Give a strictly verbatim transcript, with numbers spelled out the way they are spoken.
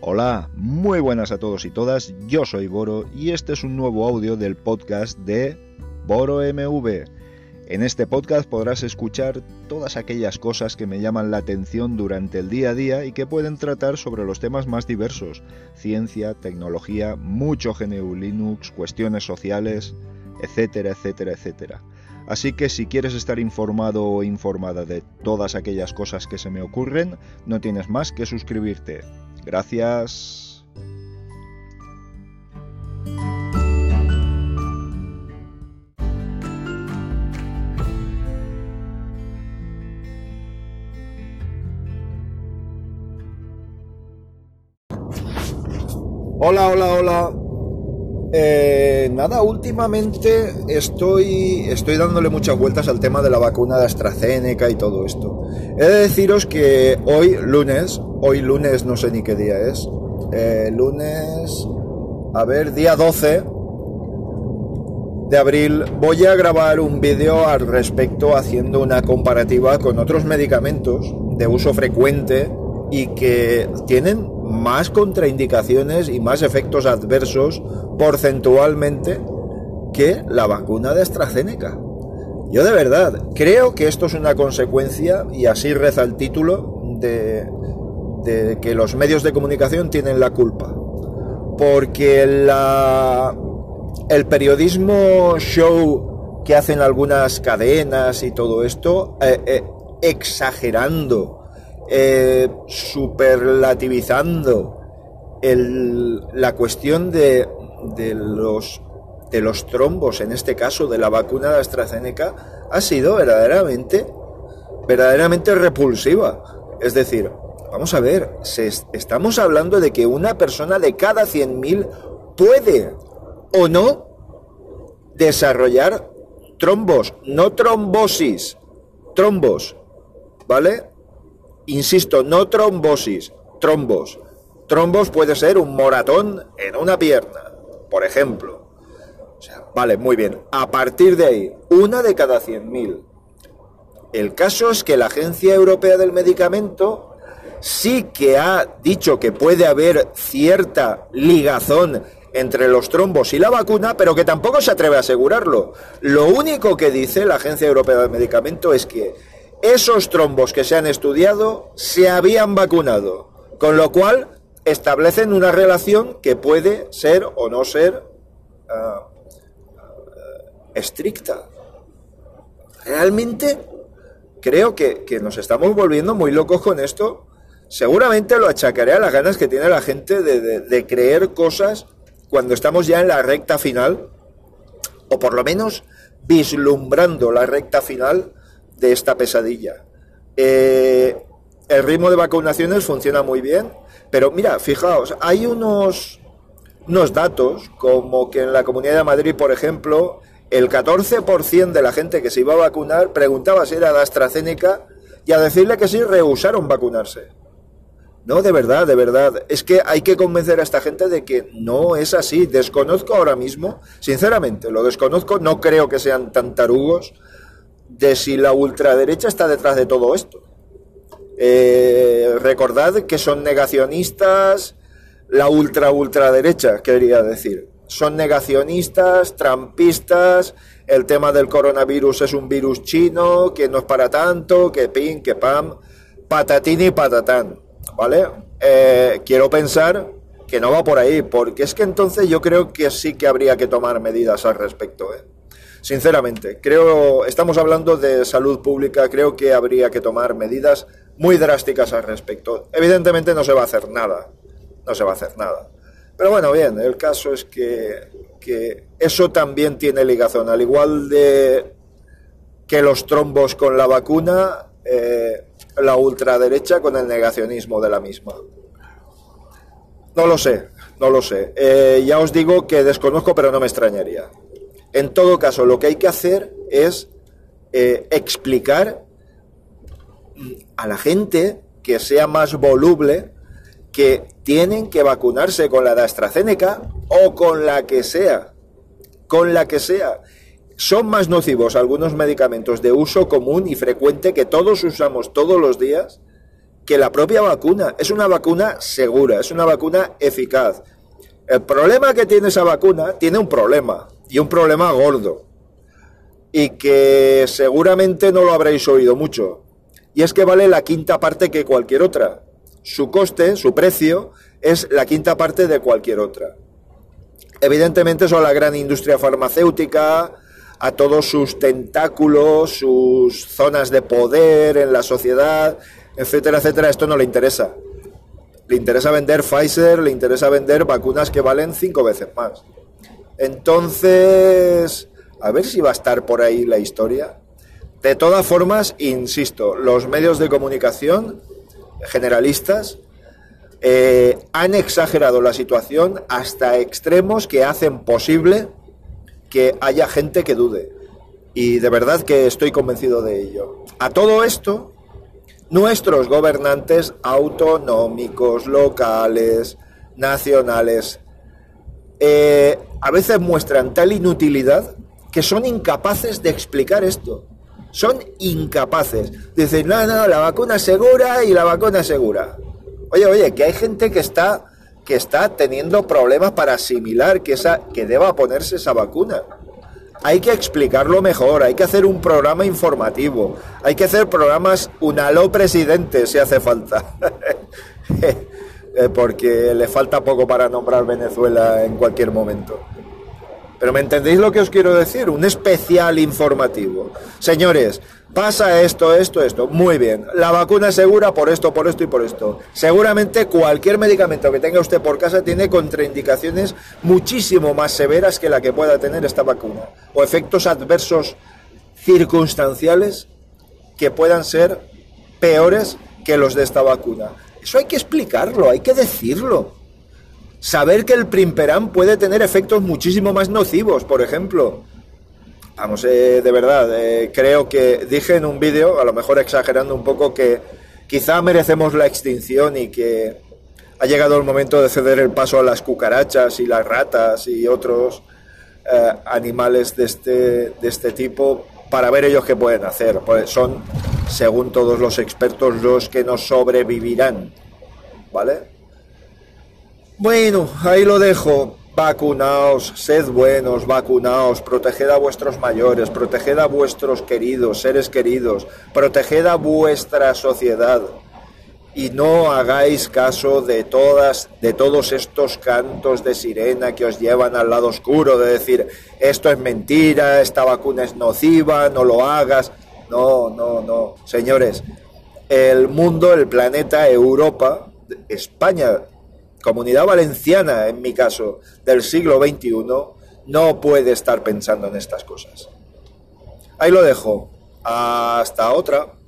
Hola, muy buenas a todos y todas, yo soy Boro y este es un nuevo audio del podcast de Boro M V. En este podcast podrás escuchar todas aquellas cosas que me llaman la atención durante el día a día y que pueden tratar sobre los temas más diversos: ciencia, tecnología, mucho G N U Linux, cuestiones sociales, etcétera, etcétera, etcétera. Así que si quieres estar informado o informada de todas aquellas cosas que se me ocurren, no tienes más que suscribirte. Gracias. Hola, hola, hola. Eh, nada, últimamente estoy, estoy dándole muchas vueltas al tema de la vacuna de AstraZeneca y todo esto. He de deciros que hoy lunes, hoy lunes no sé ni qué día es, eh, lunes, a ver, día doce de abril, voy a grabar un vídeo al respecto haciendo una comparativa con otros medicamentos de uso frecuente y que tienen más contraindicaciones y más efectos adversos porcentualmente que la vacuna de AstraZeneca. Yo de verdad creo que esto es una consecuencia, y así reza el título, de, de que los medios de comunicación tienen la culpa, porque la, el periodismo show que hacen algunas cadenas y todo esto, eh, eh, exagerando, Eh, superlativizando el, la cuestión de, de, los, de los trombos, en este caso de la vacuna de AstraZeneca, ha sido verdaderamente, verdaderamente repulsiva. Es decir, vamos a ver, se, estamos hablando de que una persona de cada cien mil puede o no desarrollar trombos, no trombosis, trombos, ¿vale? Insisto, no trombosis, trombos. Trombos puede ser un moratón en una pierna, por ejemplo. O sea, vale, muy bien. A partir de ahí, una de cada cien mil. El caso es que la Agencia Europea del Medicamento sí que ha dicho que puede haber cierta ligazón entre los trombos y la vacuna, pero que tampoco se atreve a asegurarlo. Lo único que dice la Agencia Europea del Medicamento es que esos trombos que se han estudiado se habían vacunado, con lo cual establecen una relación que puede ser o no ser uh, uh, estricta. Realmente creo que, que nos estamos volviendo muy locos con esto. Seguramente lo achacaré a las ganas que tiene la gente de, de, de creer cosas cuando estamos ya en la recta final, o por lo menos vislumbrando la recta final de esta pesadilla. Eh, el ritmo de vacunaciones funciona muy bien, pero mira, fijaos, hay unos, unos datos como que en la Comunidad de Madrid, por ejemplo, el catorce por ciento de la gente que se iba a vacunar preguntaba si era de AstraZeneca, y a decirle que sí, rehusaron vacunarse. No, de verdad, de verdad, es que hay que convencer a esta gente de que no es así. Desconozco ahora mismo, sinceramente, lo desconozco, no creo que sean tan tarugos de si la ultraderecha está detrás de todo esto. Eh, recordad que son negacionistas, la ultra ultraderecha, quería decir, son negacionistas, trampistas, el tema del coronavirus es un virus chino, que no es para tanto, que pin, que pam, patatín y patatán, ¿vale? Eh, quiero pensar que no va por ahí, porque es que entonces yo creo que sí que habría que tomar medidas al respecto, ¿eh? Sinceramente, creo, estamos hablando de salud pública, creo que habría que tomar medidas muy drásticas al respecto. Evidentemente no se va a hacer nada, no se va a hacer nada. Pero bueno, bien, el caso es que, que eso también tiene ligazón, al igual de que los trombos con la vacuna, eh, la ultraderecha con el negacionismo de la misma. No lo sé, no lo sé. Eh, ya os digo que desconozco, pero no me extrañaría. En todo caso, lo que hay que hacer es eh, explicar a la gente que sea más voluble que tienen que vacunarse con la de AstraZeneca o con la que sea, con la que sea. Son más nocivos algunos medicamentos de uso común y frecuente que todos usamos todos los días que la propia vacuna. Es una vacuna segura, es una vacuna eficaz. El problema que tiene esa vacuna, tiene un problema, y un problema gordo, y que seguramente no lo habréis oído mucho, y es que vale la quinta parte que cualquier otra. Su coste, su precio, es la quinta parte de cualquier otra. Evidentemente eso a la gran industria farmacéutica, a todos sus tentáculos, sus zonas de poder en la sociedad, etcétera, etcétera, esto no le interesa. Le interesa vender Pfizer, le interesa vender vacunas que valen cinco veces más. Entonces, a ver si va a estar por ahí la historia. De todas formas, insisto, los medios de comunicación generalistas eh, han exagerado la situación hasta extremos que hacen posible que haya gente que dude. Y de verdad que estoy convencido de ello. A todo esto, nuestros gobernantes autonómicos, locales, nacionales, eh, a veces muestran tal inutilidad que son incapaces de explicar esto. Son incapaces. Dicen, no, no, la vacuna es segura y la vacuna es segura. Oye, oye, que hay gente que está, que está teniendo problemas para asimilar que, esa, que deba ponerse esa vacuna. Hay que explicarlo mejor, hay que hacer un programa informativo, hay que hacer programas un aló presidente si hace falta. Porque le falta poco para nombrar Venezuela en cualquier momento. Pero ¿me entendéis lo que os quiero decir? Un especial informativo. Señores, pasa esto, esto, esto. Muy bien. La vacuna es segura por esto, por esto y por esto. Seguramente cualquier medicamento que tenga usted por casa tiene contraindicaciones muchísimo más severas que la que pueda tener esta vacuna. O efectos adversos circunstanciales que puedan ser peores que los de esta vacuna. Eso hay que explicarlo, hay que decirlo. Saber que el Primperan puede tener efectos muchísimo más nocivos, por ejemplo. Vamos, eh, de verdad, eh, creo que dije en un vídeo, a lo mejor exagerando un poco, que quizá merecemos la extinción y que ha llegado el momento de ceder el paso a las cucarachas y las ratas y otros eh, animales de este, de este tipo para ver ellos qué pueden hacer. Pues son, según todos los expertos, los que nos sobrevivirán, ¿vale? Bueno, ahí lo dejo. Vacunaos, sed buenos, vacunaos, proteged a vuestros mayores, proteged a vuestros queridos, seres queridos, proteged a vuestra sociedad y no hagáis caso de todas, de todos estos cantos de sirena que os llevan al lado oscuro, de decir, esto es mentira, esta vacuna es nociva, no lo hagas. No, no, no. Señores, el mundo, el planeta, Europa, España, Comunidad Valenciana, en mi caso, del siglo veintiuno, no puede estar pensando en estas cosas. Ahí lo dejo. Hasta otra.